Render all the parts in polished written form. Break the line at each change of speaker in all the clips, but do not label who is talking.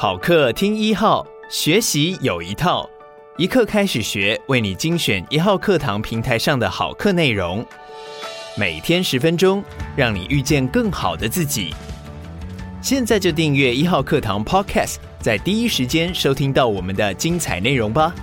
好课听一号，学习有一套，一课开始学，为你精选一号课堂平台上的好课内容，每天10分钟，让你遇见更好的自己。现在就订阅一号课堂 Podcast， 在第一时间收听到我们的精彩内容吧。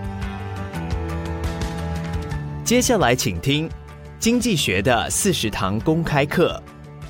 接下来请听经济学的40堂公开课。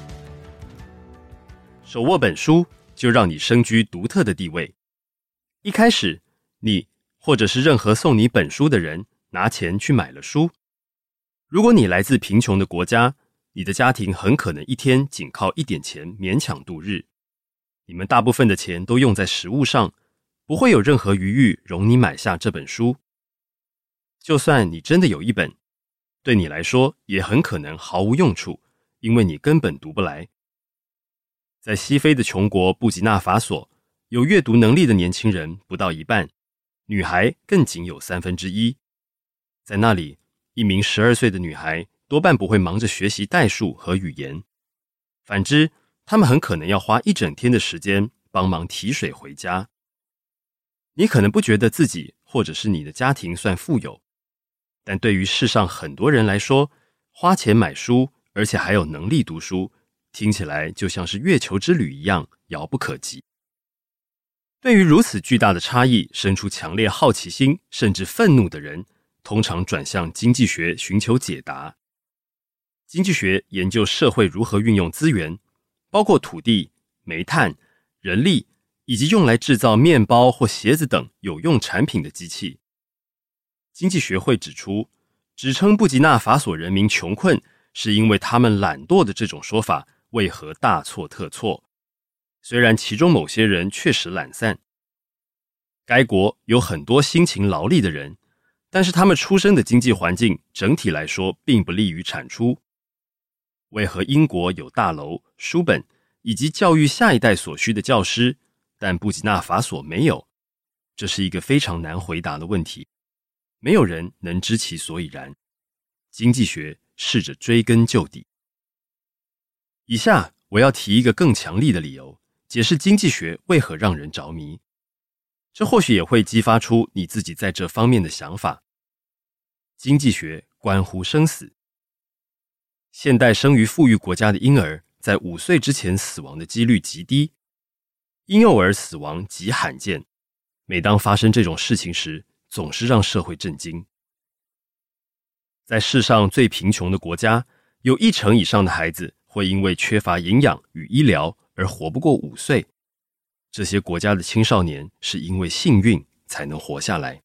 手握本书，就让你身居独特的地位。一开始，你或者是任何送你本书的人拿钱去买了书。如果你来自贫穷的国家，你的家庭很可能一天仅靠一点钱勉强度日。你们大部分的钱都用在食物上，不会有任何余裕容你买下这本书。就算你真的有一本，对你来说也很可能毫无用处，因为你根本读不来。在西非的穷国布吉纳法索，有阅读能力的年轻人不到一半，女孩更仅有1/3。在那里，一名12岁的女孩多半不会忙着学习代数和语言，反之，她们很可能要花一整天的时间帮忙提水回家。你可能不觉得自己或者是你的家庭算富有，但对于世上很多人来说，花钱买书，而且还有能力读书，听起来就像是月球之旅一样遥不可及。对于如此巨大的差异生出强烈好奇心甚至愤怒的人，通常转向经济学寻求解答。经济学研究社会如何运用资源，包括土地、煤炭、人力，以及用来制造面包或鞋子等有用产品的机器。经济学会指出，指称布吉纳法索人民穷困是因为他们懒惰的这种说法为何大错特错。虽然其中某些人确实懒散，该国有很多辛勤劳力的人，但是他们出生的经济环境整体来说并不利于产出。为何英国有大楼、书本以及教育下一代所需的教师，但布吉纳法索没有？这是一个非常难回答的问题，没有人能知其所以然。经济学试着追根究底。以下我要提一个更强力的理由，解释经济学为何让人着迷。这或许也会激发出你自己在这方面的想法。经济学关乎生死。现代生于富裕国家的婴儿在5岁之前死亡的几率极低，婴幼儿死亡极罕见。每当发生这种事情时，总是让社会震惊。在世上最贫穷的国家，有1成以上的孩子会因为缺乏营养与医疗而活不过5岁。这些国家的青少年是因为幸运才能活下来。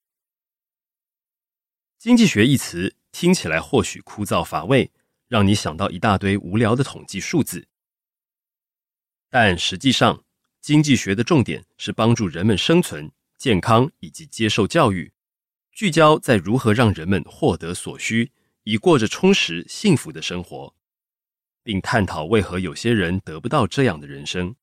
经济学一词听起来或许枯燥乏味，让你想到一大堆无聊的统计数字。但实际上，经济学的重点是帮助人们生存、健康以及接受教育，聚焦在如何让人们获得所需，以过着充实、幸福的生活，并探讨为何有些人得不到这样的人生。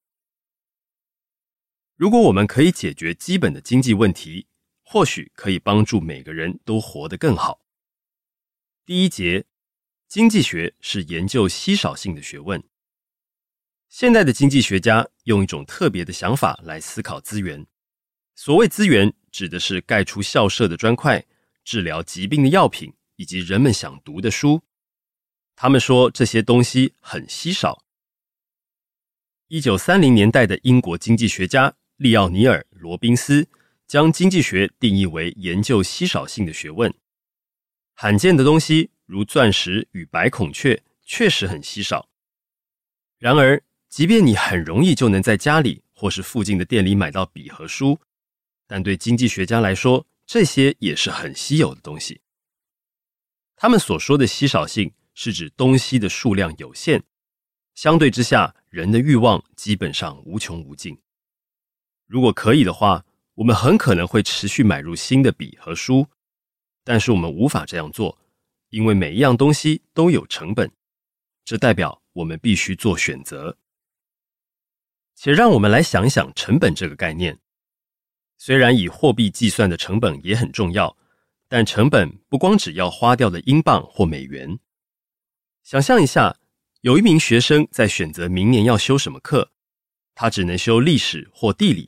如果我们可以解决基本的经济问题，或许可以帮助每个人都活得更好。第一节，经济学是研究稀少性的学问。现代的经济学家用一种特别的想法来思考资源。所谓资源，指的是盖出校舍的砖块、治疗疾病的药品，以及人们想读的书。他们说这些东西很稀少。1930年代的英国经济学家利奥尼尔·罗宾斯将经济学定义为研究稀少性的学问。罕见的东西，如钻石与白孔雀，确实很稀少。然而，即便你很容易就能在家里或是附近的店里买到笔和书，但对经济学家来说，这些也是很稀有的东西。他们所说的稀少性是指东西的数量有限，相对之下，人的欲望基本上无穷无尽。如果可以的话，我们很可能会持续买入新的笔和书，但是我们无法这样做，因为每一样东西都有成本，这代表我们必须做选择。且让我们来想想成本这个概念。虽然以货币计算的成本也很重要，但成本不光只要花掉的英镑或美元。想象一下，有一名学生在选择明年要修什么课，他只能修历史或地理，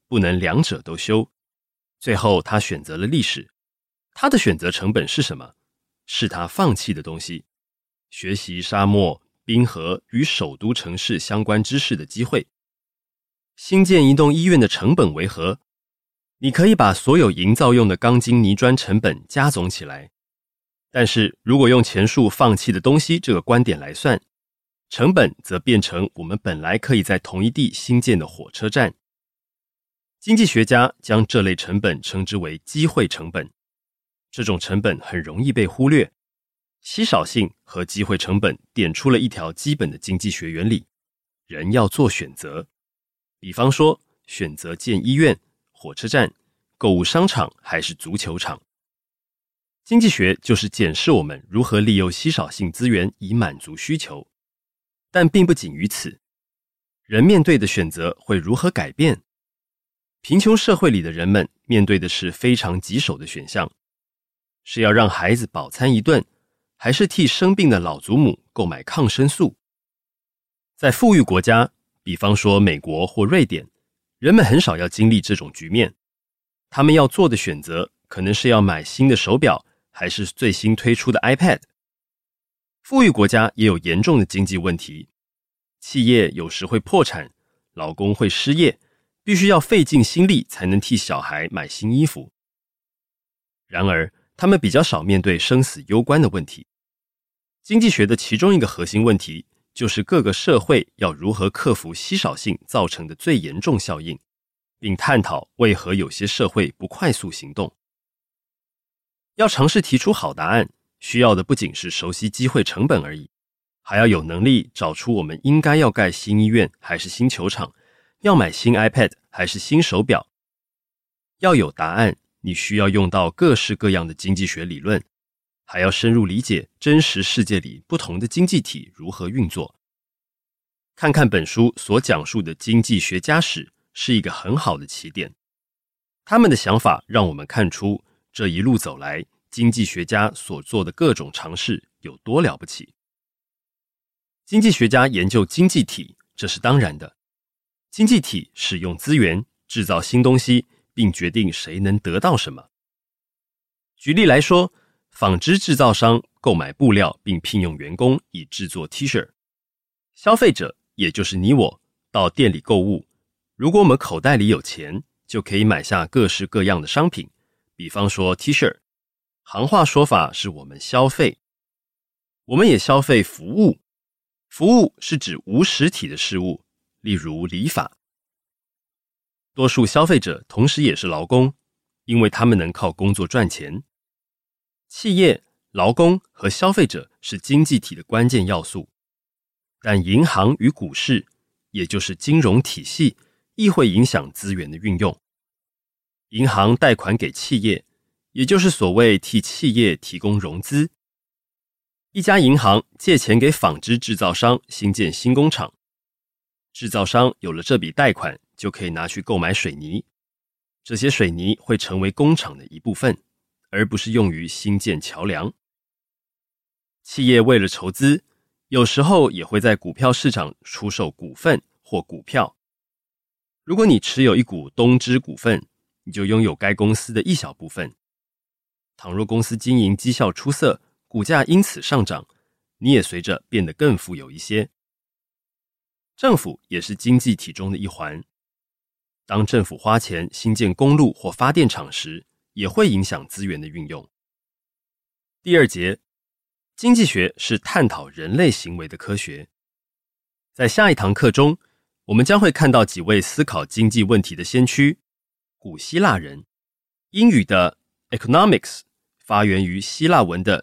不能两者都修。最后他选择了历史。他的选择成本是什么？是他放弃的东西，学习沙漠、冰河与首都城市相关知识的机会。新建一栋医院的成本为何？你可以把所有营造用的钢筋泥砖成本加总起来，但是如果用前述放弃的东西这个观点来算，成本则变成我们本来可以在同一地新建的火车站。经济学家将这类成本称之为机会成本。这种成本很容易被忽略，稀少性和机会成本点出了一条基本的经济学原理：人要做选择。比方说，选择建医院、火车站、购物商场还是足球场。经济学就是检视我们如何利用稀少性资源以满足需求。但并不仅于此，人面对的选择会如何改变？贫穷社会里的人们面对的是非常棘手的选项，是要让孩子饱餐一顿，还是替生病的老祖母购买抗生素？在富裕国家，比方说美国或瑞典，人们很少要经历这种局面。他们要做的选择可能是要买新的手表，还是最新推出的 iPad。 富裕国家也有严重的经济问题，企业有时会破产，劳工会失业，必须要费尽心力才能替小孩买新衣服。然而他们比较少面对生死攸关的问题。经济学的其中一个核心问题就是各个社会要如何克服稀少性造成的最严重效应，并探讨为何有些社会不快速行动。要尝试提出好答案，需要的不仅是熟悉机会成本而已，还要有能力找出我们应该要盖新医院还是新球场，要买新 iPad 还是新手表。要有答案，你需要用到各式各样的经济学理论，还要深入理解真实世界里不同的经济体如何运作。看看本书所讲述的经济学家史是一个很好的起点，他们的想法让我们看出这一路走来经济学家所做的各种尝试有多了不起。经济学家研究经济体，这是当然的。经济体使用资源制造新东西，并决定谁能得到什么。举例来说，纺织制造商购买布料并聘用员工以制作 T 恤。消费者，也就是你我，到店里购物，如果我们口袋里有钱，就可以买下各式各样的商品，比方说 T 恤。行话说法是我们消费。我们也消费服务，服务是指无实体的事物，例如理发。多数消费者同时也是劳工，因为他们能靠工作赚钱。企业、劳工和消费者是经济体的关键要素，但银行与股市，也就是金融体系，亦会影响资源的运用。银行贷款给企业，也就是所谓替企业提供融资。一家银行借钱给纺织制造商新建新工厂，制造商有了这笔贷款，就可以拿去购买水泥。这些水泥会成为工厂的一部分，而不是用于新建桥梁。企业为了筹资，有时候也会在股票市场出售股份或股票。如果你持有一股东芝股份，你就拥有该公司的一小部分。倘若公司经营绩效出色，股价因此上涨，你也随着变得更富有一些。政府也是经济体中的一环。当政府花钱新建公路或发电厂时，也会影响资源的运用。第二节，经济学是探讨人类行为的科学。在下一堂课中，我们将会看到几位思考经济问题的先驱，古希腊人。英语的 economics 发源于希腊文的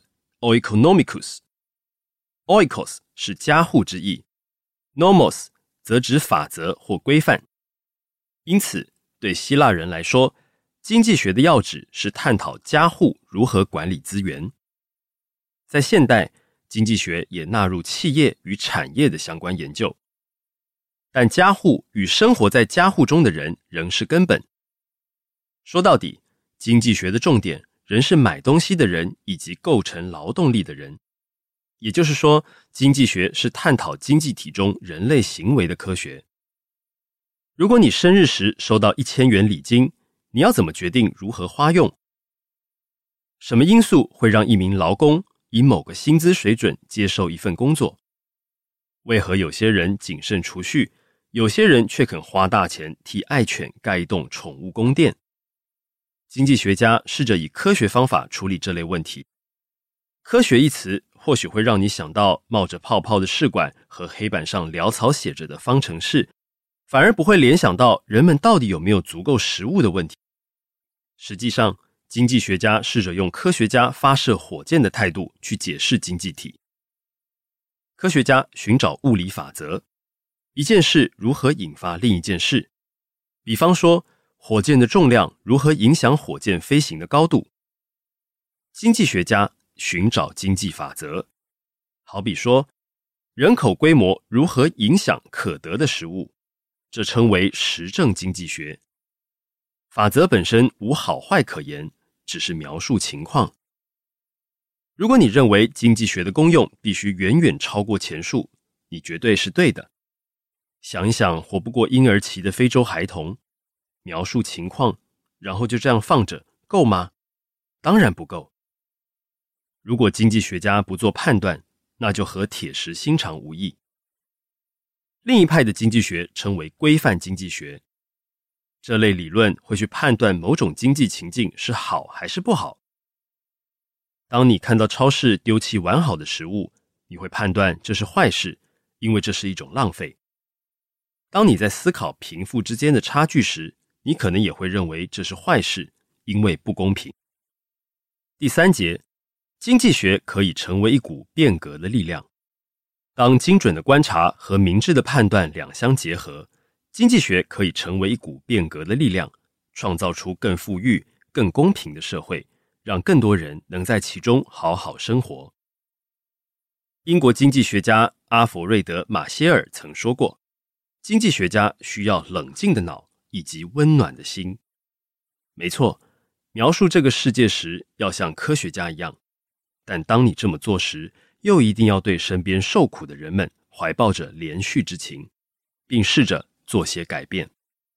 oikonomicus。oikos 是家户之意， nomos 则指法则或规范。因此，对希腊人来说，经济学的要旨是探讨家户如何管理资源。在现代，经济学也纳入企业与产业的相关研究。但家户与生活在家户中的人仍是根本。说到底，经济学的重点仍是买东西的人以及构成劳动力的人。也就是说，经济学是探讨经济体中人类行为的科学。 如果你生日时收到1000元礼金，你要怎么决定如何花用？什么因素会让一名劳工以某个薪资水准接受一份工作？为何有些人谨慎储蓄，有些人却肯花大钱替爱犬盖一栋宠物宫殿？经济学家试着以科学方法处理这类问题。科学一词或许会让你想到冒着泡泡的试管和黑板上潦草写着的方程式，反而不会联想到人们到底有没有足够食物的问题。实际上，经济学家试着用科学家发射火箭的态度去解释经济体。科学家寻找物理法则，一件事如何引发另一件事。比方说，火箭的重量如何影响火箭飞行的高度。经济学家寻找经济法则，好比说，人口规模如何影响可得的食物，这称为实证经济学。法则本身无好坏可言，只是描述情况。如果你认为经济学的功用必须远远超过前述，你绝对是对的。想一想活不过婴儿期的非洲孩童，描述情况，然后就这样放着，够吗？当然不够。如果经济学家不做判断，那就和铁石心肠无异。另一派的经济学称为规范经济学，这类理论会去判断某种经济情境是好还是不好。当你看到超市丢弃完好的食物，你会判断这是坏事，因为这是一种浪费。当你在思考贫富之间的差距时，你可能也会认为这是坏事，因为不公平。第3节，经济学可以成为一股变革的力量。当精准的观察和明智的判断两相结合，经济学可以成为一股变革的力量，创造出更富裕、更公平的社会，让更多人能在其中好好生活。英国经济学家阿佛瑞德·马歇尔曾说过，经济学家需要冷静的脑以及温暖的心。没错，描述这个世界时要像科学家一样，但当你这么做时，又一定要对身边受苦的人们怀抱着怜恤之情，并试着做些改变。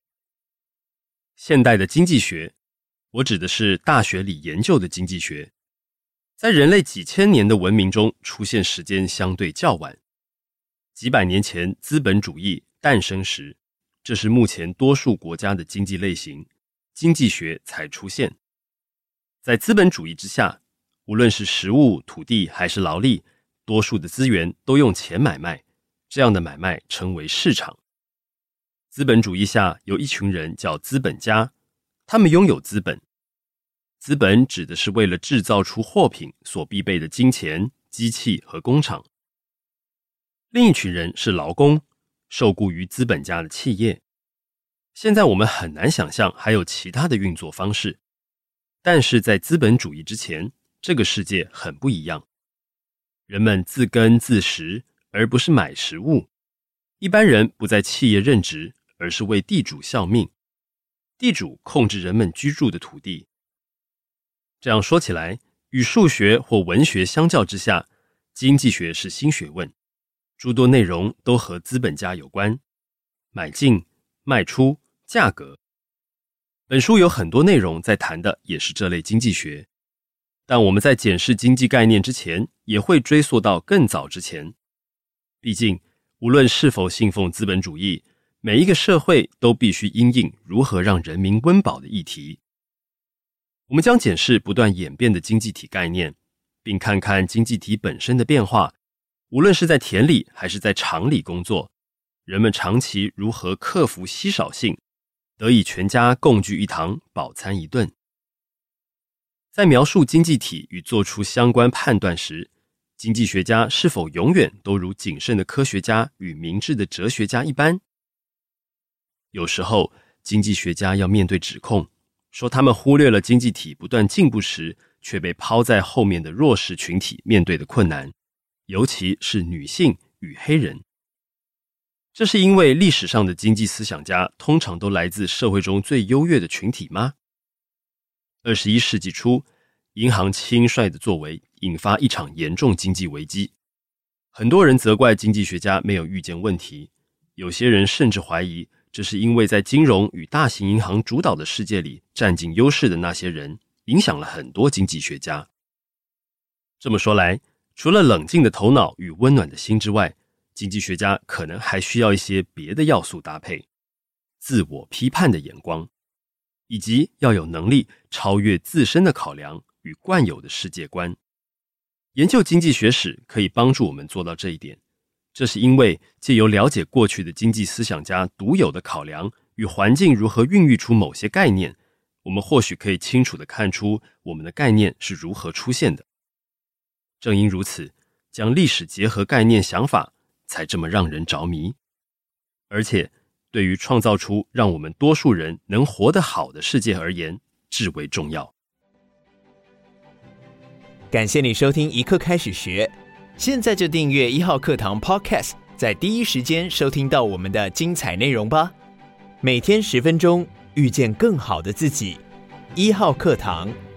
现代的经济学，我指的是大学里研究的经济学，在人类几千年的文明中出现时间相对较晚。几百年前资本主义诞生时，这是目前多数国家的经济类型，经济学才出现。在资本主义之下，无论是食物、土地还是劳力，多数的资源都用钱买卖，这样的买卖称为市场。资本主义下有一群人叫资本家，他们拥有资本。资本指的是为了制造出货品所必备的金钱、机器和工厂。另一群人是劳工，受雇于资本家的企业。现在我们很难想象还有其他的运作方式，但是在资本主义之前，这个世界很不一样。人们自耕自食，而不是买食物。一般人不在企业任职，而是为地主效命。地主控制人们居住的土地。这样说起来，与数学或文学相较之下，经济学是新学问，诸多内容都和资本家有关，买进、卖出、价格。本书有很多内容在谈的也是这类经济学，但我们在检视经济概念之前，也会追溯到更早之前。毕竟，无论是否信奉资本主义，每一个社会都必须因应如何让人民温饱的议题。我们将检视不断演变的经济体概念，并看看经济体本身的变化，无论是在田里还是在厂里工作，人们长期如何克服稀少性，得以全家共聚一堂，饱餐一顿。在描述经济体与做出相关判断时，经济学家是否永远都如谨慎的科学家与明智的哲学家一般？有时候，经济学家要面对指控，说他们忽略了经济体不断进步时，却被抛在后面的弱势群体面对的困难，尤其是女性与黑人。这是因为历史上的经济思想家通常都来自社会中最优越的群体吗？21世纪初，银行轻率的作为引发一场严重经济危机。很多人责怪经济学家没有预见问题，有些人甚至怀疑这是因为在金融与大型银行主导的世界里占尽优势的那些人，影响了很多经济学家。这么说来，除了冷静的头脑与温暖的心之外，经济学家可能还需要一些别的要素搭配，自我批判的眼光，以及要有能力超越自身的考量与惯有的世界观。研究经济学史可以帮助我们做到这一点，这是因为借由了解过去的经济思想家独有的考量与环境如何孕育出某些概念，我们或许可以清楚地看出我们的概念是如何出现的。正因如此，将历史结合概念想法才这么让人着迷，而且对于创造出让我们多数人能活得好的世界而言至为重要。
感谢你收听一课开始学，现在就订阅1号课堂 Podcast， 在第一时间收听到我们的精彩内容吧。每天10分钟，遇见更好的自己。1号课堂